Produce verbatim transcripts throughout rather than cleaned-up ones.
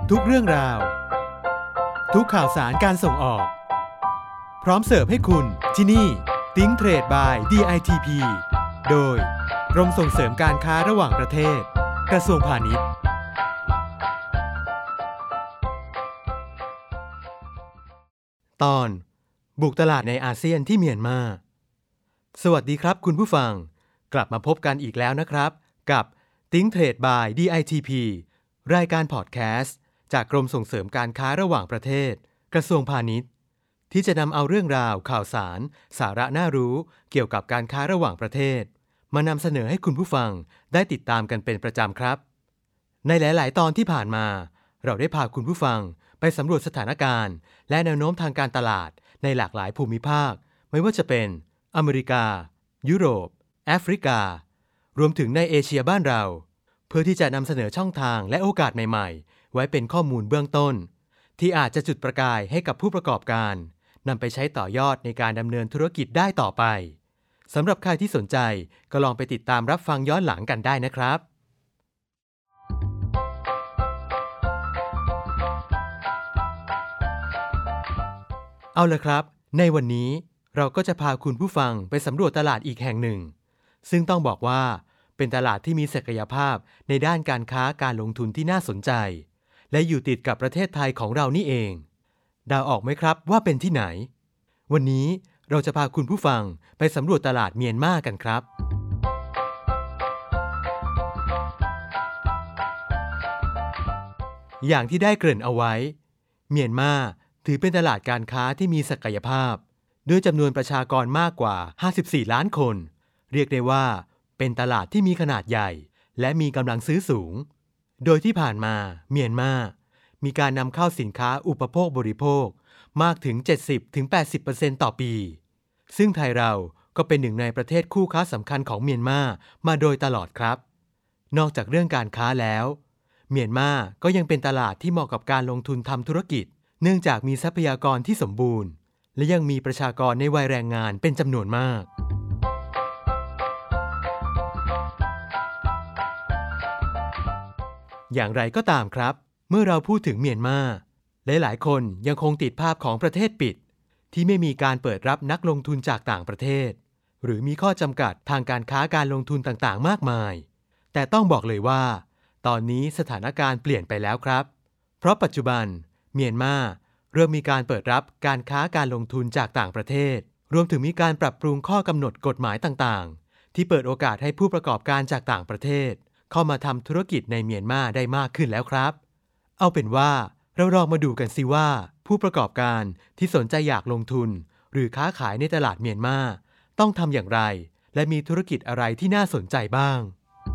ทุกเรื่องราวทุกข่าวสารการส่งออกพร้อมเสิร์ฟให้คุณที่นี่ Think Trade by ดี ไอ ที พี โดยกรมส่งเสริมการค้าระหว่างประเทศกระทรวงพาณิชย์ตอนบุกตลาดในอาเซียนที่เมียนมาสวัสดีครับคุณผู้ฟังกลับมาพบกันอีกแล้วนะครับกับ Think Trade by ดี ไอ ที พี รายการพอดแคสต์จากกรมส่งเสริมการค้าระหว่างประเทศกระทรวงพาณิชย์ที่จะนำเอาเรื่องราวข่าวสารสาระน่ารู้เกี่ยวกับการค้าระหว่างประเทศมานำเสนอให้คุณผู้ฟังได้ติดตามกันเป็นประจำครับในหลายๆตอนที่ผ่านมาเราได้พาคุณผู้ฟังไปสำรวจสถานการณ์และแนวโน้มทางการตลาดในหลากหลายภูมิภาคไม่ว่าจะเป็นอเมริกายุโรปแอฟริการวมถึงในเอเชียบ้านเราเพื่อที่จะนำเสนอช่องทางและโอกาสใหม่ๆไว้เป็นข้อมูลเบื้องต้นที่อาจจะจุดประกายให้กับผู้ประกอบการนำไปใช้ต่อยอดในการดำเนินธุรกิจได้ต่อไปสำหรับใครที่สนใจก็ลองไปติดตามรับฟังย้อนหลังกันได้นะครับเอาล่ะครับในวันนี้เราก็จะพาคุณผู้ฟังไปสำรวจตลาดอีกแห่งหนึ่งซึ่งต้องบอกว่าเป็นตลาดที่มีศักยภาพในด้านการค้าการลงทุนที่น่าสนใจและอยู่ติดกับประเทศไทยของเรานี่เองเดาออกไหมครับว่าเป็นที่ไหนวันนี้เราจะพาคุณผู้ฟังไปสำรวจตลาดเมียนมากันครับอย่างที่ได้เกริ่นเอาไว้เมียนมาถือเป็นตลาดการค้าที่มีศักยภาพด้วยจำนวนประชากรมากกว่าห้าสิบสี่ล้านคนเรียกได้ว่าเป็นตลาดที่มีขนาดใหญ่และมีกำลังซื้อสูงโดยที่ผ่านมาเมียนมามีการนำเข้าสินค้าอุปโภคบริโภคมากถึง เจ็ดสิบถึงแปดสิบเปอร์เซ็นต์ ต่อปีซึ่งไทยเราก็เป็นหนึ่งในประเทศคู่ค้าสำคัญของเมียนมามาโดยตลอดครับนอกจากเรื่องการค้าแล้วเมียนมาก็ยังเป็นตลาดที่เหมาะกับการลงทุนทำธุรกิจเนื่องจากมีทรัพยากรที่สมบูรณ์และยังมีประชากรในวัยแรงงานเป็นจำนวนมากอย่างไรก็ตามครับเมื่อเราพูดถึงเมียนมาหลายๆคนยังคงติดภาพของประเทศปิดที่ไม่มีการเปิดรับนักลงทุนจากต่างประเทศหรือมีข้อจำกัดทางการค้าการลงทุนต่างๆมากมายแต่ต้องบอกเลยว่าตอนนี้สถานการณ์เปลี่ยนไปแล้วครับเพราะปัจจุบันเมียนมาเริ่มมีการเปิดรับการค้าการลงทุนจากต่างประเทศรวมถึงมีการปรับปรุงข้อกำหนดกฎหมายต่างๆที่เปิดโอกาสให้ผู้ประกอบการจากต่างประเทศเข้ามาทำธุรกิจในเมียนมาได้มากขึ้นแล้วครับเอาเป็นว่าเราลองมาดูกันสิว่าผู้ประกอบการที่สนใจอยากลงทุนหรือค้าขายในตลาดเมียนมาต้องทำอย่างไรและมีธุรกิจอะไรที่น่าสนใจบ้าง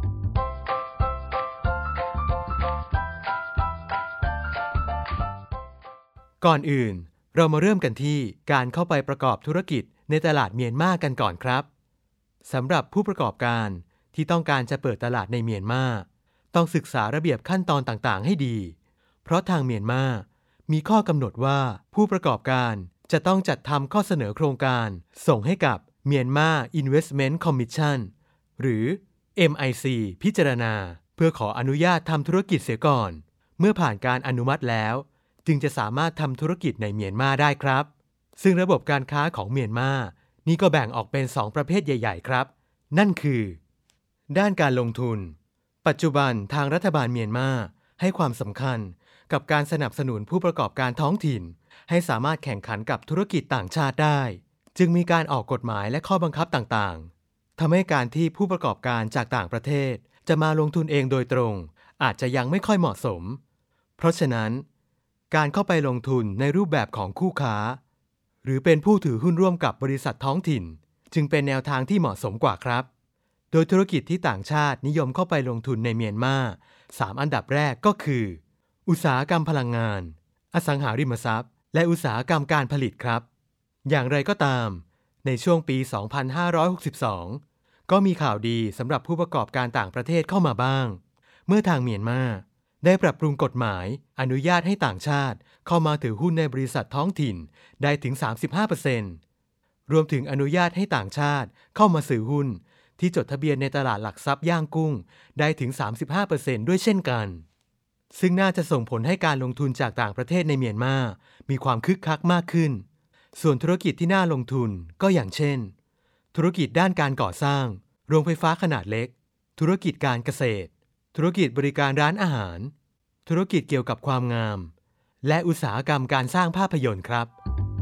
ก่อนอื่นเรามาเริ่มกันที่การเข้าไปประกอบธุรกิจในตลาดเมียนมากันก่อนครับสำหรับผู้ประกอบการที่ต้องการจะเปิดตลาดในเมียนมาต้องศึกษาระเบียบขั้นตอนต่างๆให้ดีเพราะทางเมียนมามีข้อกำหนดว่าผู้ประกอบการจะต้องจัดทำข้อเสนอโครงการส่งให้กับ Myanmar Investment Commission หรือ เอ็ม ไอ ซี พิจารณาเพื่อขออนุญาตทำธุรกิจเสียก่อนเมื่อผ่านการอนุมัติแล้วจึงจะสามารถทำธุรกิจในเมียนมาได้ครับซึ่งระบบการค้าของเมียนมานี่ก็แบ่งออกเป็นสองประเภทใหญ่ๆครับนั่นคือด้านการลงทุนปัจจุบันทางรัฐบาลเมียนมาให้ความสำคัญกับการสนับสนุนผู้ประกอบการท้องถิ่นให้สามารถแข่งขันกับธุรกิจต่างชาติได้จึงมีการออกกฎหมายและข้อบังคับต่างๆทำให้การที่ผู้ประกอบการจากต่างประเทศจะมาลงทุนเองโดยตรงอาจจะยังไม่ค่อยเหมาะสมเพราะฉะนั้นการเข้าไปลงทุนในรูปแบบของคู่ค้าหรือเป็นผู้ถือหุ้นร่วมกับบริษัทท้องถิ่นจึงเป็นแนวทางที่เหมาะสมกว่าครับโดยธุรกิจที่ต่างชาตินิยมเข้าไปลงทุนในเมียนมาสามอันดับแรกก็คืออุตสาหกรรมพลังงานอสังหาริมทรัพย์และอุตสาหกรรมการผลิตครับอย่างไรก็ตามในช่วงปี สองพันห้าร้อยหกสิบสอง ก็มีข่าวดีสำหรับผู้ประกอบการต่างประเทศเข้ามาบ้างเมื่อทางเมียนมาได้ปรับปรุงกฎหมายอนุญาตให้ต่างชาติเข้ามาถือหุ้นในบริษัทท้องถิ่นได้ถึง สามสิบห้าเปอร์เซ็นต์ รวมถึงอนุญาตให้ต่างชาติเข้ามาซื้อหุ้นที่จดทะเบียนในตลาดหลักทรัพย์ย่างกุ้งได้ถึง สามสิบห้าเปอร์เซ็นต์ ด้วยเช่นกันซึ่งน่าจะส่งผลให้การลงทุนจากต่างประเทศในเมียนมามีความคึกคักมากขึ้นส่วนธุรกิจที่น่าลงทุนก็อย่างเช่นธุรกิจด้านการก่อสร้างโรงไฟฟ้าขนาดเล็กธุรกิจการเกษตรธุรกิจบริการร้านอาหารธุรกิจเกี่ยวกับความงามและอุตสาหกรรมการสร้างภาพยนตร์ครับ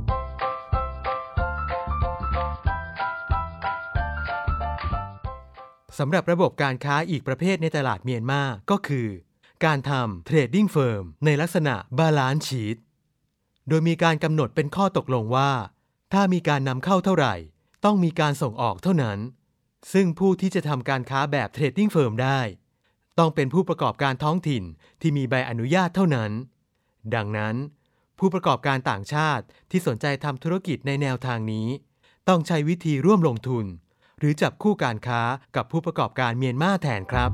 สำหรับระบบการค้าอีกประเภทในตลาดเมียนมาก็คือการทำเทรดดิ้งเฟิร์มในลักษณะบาลานซ์ชีทโดยมีการกำหนดเป็นข้อตกลงว่าถ้ามีการนำเข้าเท่าไหร่ต้องมีการส่งออกเท่านั้นซึ่งผู้ที่จะทำการค้าแบบเทรดดิ้งเฟิร์มได้ต้องเป็นผู้ประกอบการท้องถิ่นที่มีใบอนุญาตเท่านั้นดังนั้นผู้ประกอบการต่างชาติที่สนใจทำธุรกิจในแนวทางนี้ต้องใช้วิธีร่วมลงทุนหรือจับคู่การค้ากับผู้ประกอบการเมียนมาแทนครับ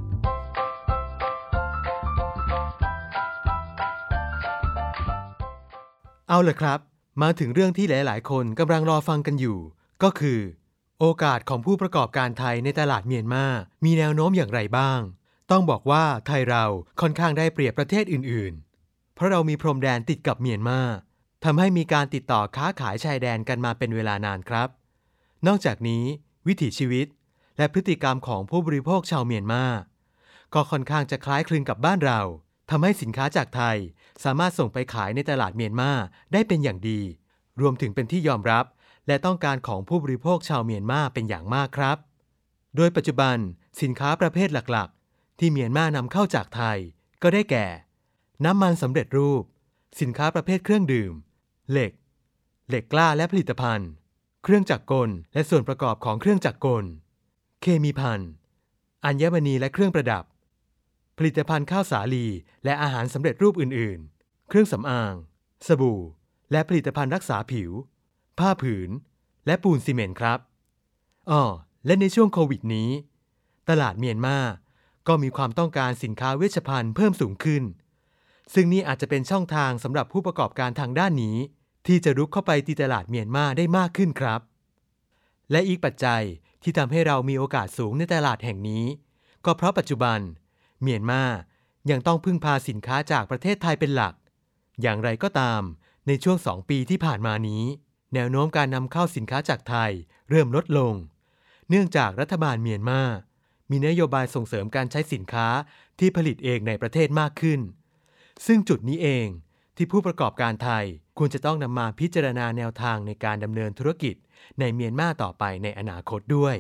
เอาล่ะครับมาถึงเรื่องที่หลายๆคนกำลังรอฟังกันอยู่ก็คือโอกาสของผู้ประกอบการไทยในตลาดเมียนมามีแนวโน้มอย่างไรบ้างต้องบอกว่าไทยเราค่อนข้างได้เปรียบประเทศอื่นๆเพราะเรามีพรมแดนติดกับเมียนมาทำให้มีการติดต่อค้าขายชายแดนกันมาเป็นเวลานานครับนอกจากนี้วิถีชีวิตและพฤติกรรมของผู้บริโภคชาวเมียนมาก็ค่อนข้างจะคล้ายคลึงกับบ้านเราทำให้สินค้าจากไทยสามารถส่งไปขายในตลาดเมียนมาได้เป็นอย่างดีรวมถึงเป็นที่ยอมรับและต้องการของผู้บริโภคชาวเมียนมาเป็นอย่างมากครับโดยปัจจุบันสินค้าประเภทหลักๆที่เมียนมานำเข้าจากไทยก็ได้แก่น้ำมันสำเร็จรูปสินค้าประเภทเครื่องดื่มเหล็กเหล็กกล้าและผลิตภัณฑ์เครื่องจักรกลและส่วนประกอบของเครื่องจักรกลเคมีภัณฑ์อัญมณีและเครื่องประดับผลิตภัณฑ์ข้าวสาลีและอาหารสำเร็จรูปอื่นๆเครื่องสำอางสบู่และผลิตภัณฑ์รักษาผิวผ้าผืนและปูนซีเมนต์ครับอ้อและในช่วงโควิดนี้ตลาดเมียนมาก็มีความต้องการสินค้าเวชภัณฑ์เพิ่มสูงขึ้นซึ่งนี่อาจจะเป็นช่องทางสำหรับผู้ประกอบการทางด้านนี้ที่จะรุกเข้าไปตีตลาดเมียนมาได้มากขึ้นครับและอีกปัจจัยที่ทำให้เรามีโอกาสสูงในตลาดแห่งนี้ก็เพราะปัจจุบันเมียนมายังต้องพึ่งพาสินค้าจากประเทศไทยเป็นหลักอย่างไรก็ตามในช่วงสองปีที่ผ่านมานี้แนวโน้มการนำเข้าสินค้าจากไทยเริ่มลดลงเนื่องจากรัฐบาลเมียนมามีนโยบายส่งเสริมการใช้สินค้าที่ผลิตเองในประเทศมากขึ้นซึ่งจุดนี้เองที่ผู้ประกอบการไทยควรจะต้องนำมาพิจารณาแนวทางในการดำเนินธุรกิจในเมียนมาต่อไปในอนาคตด้วย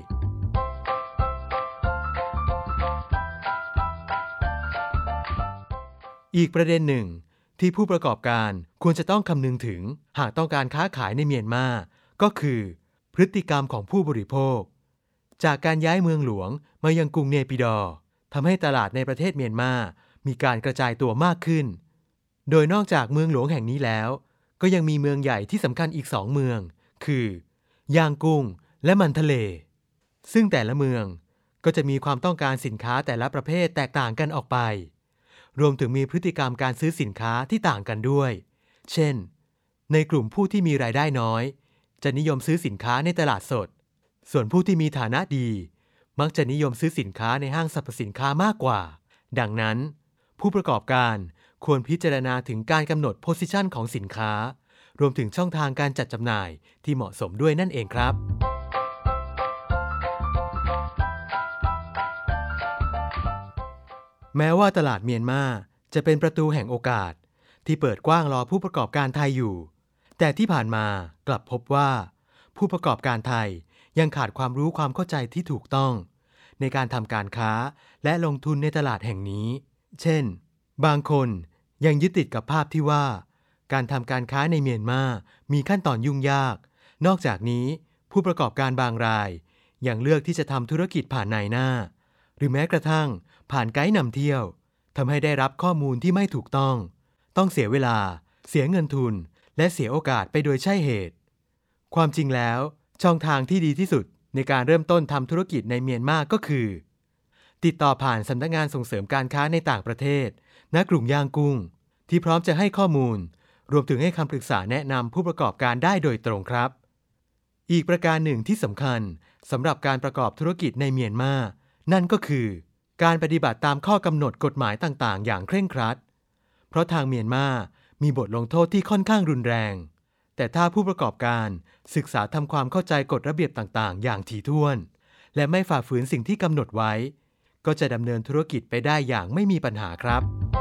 อีกประเด็นหนึ่งที่ผู้ประกอบการควรจะต้องคำนึงถึงหากต้องการค้าขายในเมียนมาก็คือพฤติกรรมของผู้บริโภคจากการย้ายเมืองหลวงมายังกรุงเนปิดอร์ทำให้ตลาดในประเทศเมียนมามีการกระจายตัวมากขึ้นโดยนอกจากเมืองหลวงแห่งนี้แล้วก็ยังมีเมืองใหญ่ที่สำคัญอีกสองเมืองคือย่างกุ้งและมันทะเลซึ่งแต่ละเมืองก็จะมีความต้องการสินค้าแต่ละประเภทแตกต่างกันออกไปรวมถึงมีพฤติกรรมการซื้อสินค้าที่ต่างกันด้วยเช่นในกลุ่มผู้ที่มีรายได้น้อยจะนิยมซื้อสินค้าในตลาดสดส่วนผู้ที่มีฐานะดีมักจะนิยมซื้อสินค้าในห้างสรรพสินค้ามากกว่าดังนั้นผู้ประกอบการควรพิจารณาถึงการกำหนดโพสิชันของสินค้ารวมถึงช่องทางการจัดจำหน่ายที่เหมาะสมด้วยนั่นเองครับแม้ว่าตลาดเมียนมาจะเป็นประตูแห่งโอกาสที่เปิดกว้างรอผู้ประกอบการไทยอยู่แต่ที่ผ่านมากลับพบว่าผู้ประกอบการไทยยังขาดความรู้ความเข้าใจที่ถูกต้องในการทำการค้าและลงทุนในตลาดแห่งนี้เช่นบางคนยังยึดติดกับภาพที่ว่าการทำการค้าในเมียนมามีขั้นตอนยุ่งยากนอกจากนี้ผู้ประกอบการบางรายยังเลือกที่จะทำธุรกิจผ่านนายหน้าหรือแม้กระทั่งผ่านไกด์นำเที่ยวทำให้ได้รับข้อมูลที่ไม่ถูกต้องต้องเสียเวลาเสียเงินทุนและเสียโอกาสไปโดยใช่เหตุความจริงแล้วช่องทางที่ดีที่สุดในการเริ่มต้นทำธุรกิจในเมียนมาก็คือติดต่อผ่านสำนักงานส่งเสริมการค้าในต่างประเทศณ กรุงย่างกุ้งที่พร้อมจะให้ข้อมูลรวมถึงให้คำปรึกษาแนะนำผู้ประกอบการได้โดยตรงครับอีกประการหนึ่งที่สำคัญสำหรับการประกอบธุรกิจในเมียนมานั่นก็คือการปฏิบัติตามข้อกำหนดกฎหมายต่างๆอย่างเคร่งครัดเพราะทางเมียนมามีบทลงโทษที่ค่อนข้างรุนแรงแต่ถ้าผู้ประกอบการศึกษาทำความเข้าใจกฎระเบียบต่างๆอย่างถี่ถ้วนและไม่ฝ่าฝืนสิ่งที่กำหนดไว้ก็จะดำเนินธุรกิจไปได้อย่างไม่มีปัญหาครับ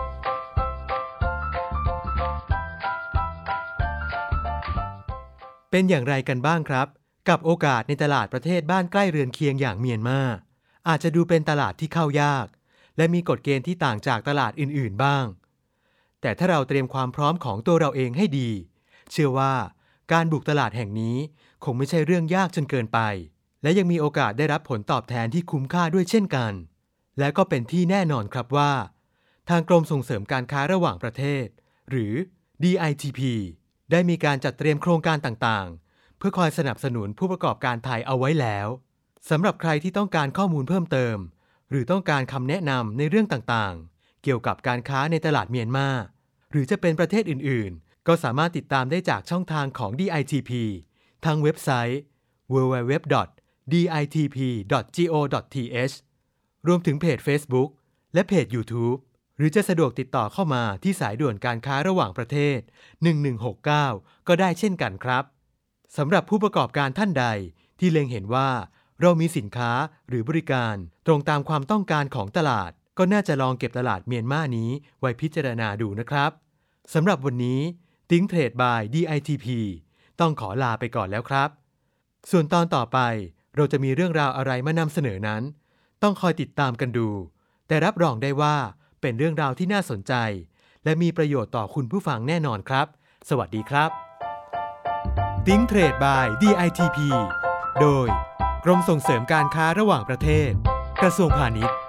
เป็นอย่างไรกันบ้างครับกับโอกาสในตลาดประเทศบ้านใกล้เรือนเคียงอย่างเมียนมาอาจจะดูเป็นตลาดที่เข้ายากและมีกฎเกณฑ์ที่ต่างจากตลาดอื่นๆบ้างแต่ถ้าเราเตรียมความพร้อมของตัวเราเองให้ดีเชื่อว่าการบุกตลาดแห่งนี้คงไม่ใช่เรื่องยากจนเกินไปและยังมีโอกาสได้รับผลตอบแทนที่คุ้มค่าด้วยเช่นกันและก็เป็นที่แน่นอนครับว่าทางกรมส่งเสริมการค้าระหว่างประเทศหรือ ดี ไอ ที พี ได้มีการจัดเตรียมโครงการต่างๆเพื่อคอยสนับสนุนผู้ประกอบการไทยเอาไว้แล้วสำหรับใครที่ต้องการข้อมูลเพิ่มเติมหรือต้องการคำแนะนำในเรื่องต่างๆเกี่ยวกับการค้าในตลาดเมียนมาหรือจะเป็นประเทศอื่นๆก็สามารถติดตามได้จากช่องทางของ ดี ไอ ที พี ทางเว็บไซต์ ดับเบิลยู ดับเบิลยู ดับเบิลยู ดอท ดี ไอ ที พี ดอท จี โอ ดอท ที เอช รวมถึงเพจ Facebook และเพจ YouTube หรือจะสะดวกติดต่อเข้ามาที่สายด่วนการค้าระหว่างประเทศหนึ่งหนึ่งหกเก้าก็ได้เช่นกันครับสำหรับผู้ประกอบการท่านใดที่เล็งเห็นว่าเรามีสินค้าหรือบริการตรงตามความต้องการของตลาดก็น่าจะลองเก็บตลาดเมียนมานี้ไว้พิจารณาดูนะครับสำหรับวันนี้ Think Trade by ดี ไอ ที พี ต้องขอลาไปก่อนแล้วครับส่วนตอนต่อไปเราจะมีเรื่องราวอะไรมานำเสนอนั้นต้องคอยติดตามกันดูแต่รับรองได้ว่าเป็นเรื่องราวที่น่าสนใจและมีประโยชน์ต่อคุณผู้ฟังแน่นอนครับสวัสดีครับ Think Trade by ดี ไอ ที พี โดยกรมส่งเสริมการค้าระหว่างประเทศกระทรวงพาณิชย์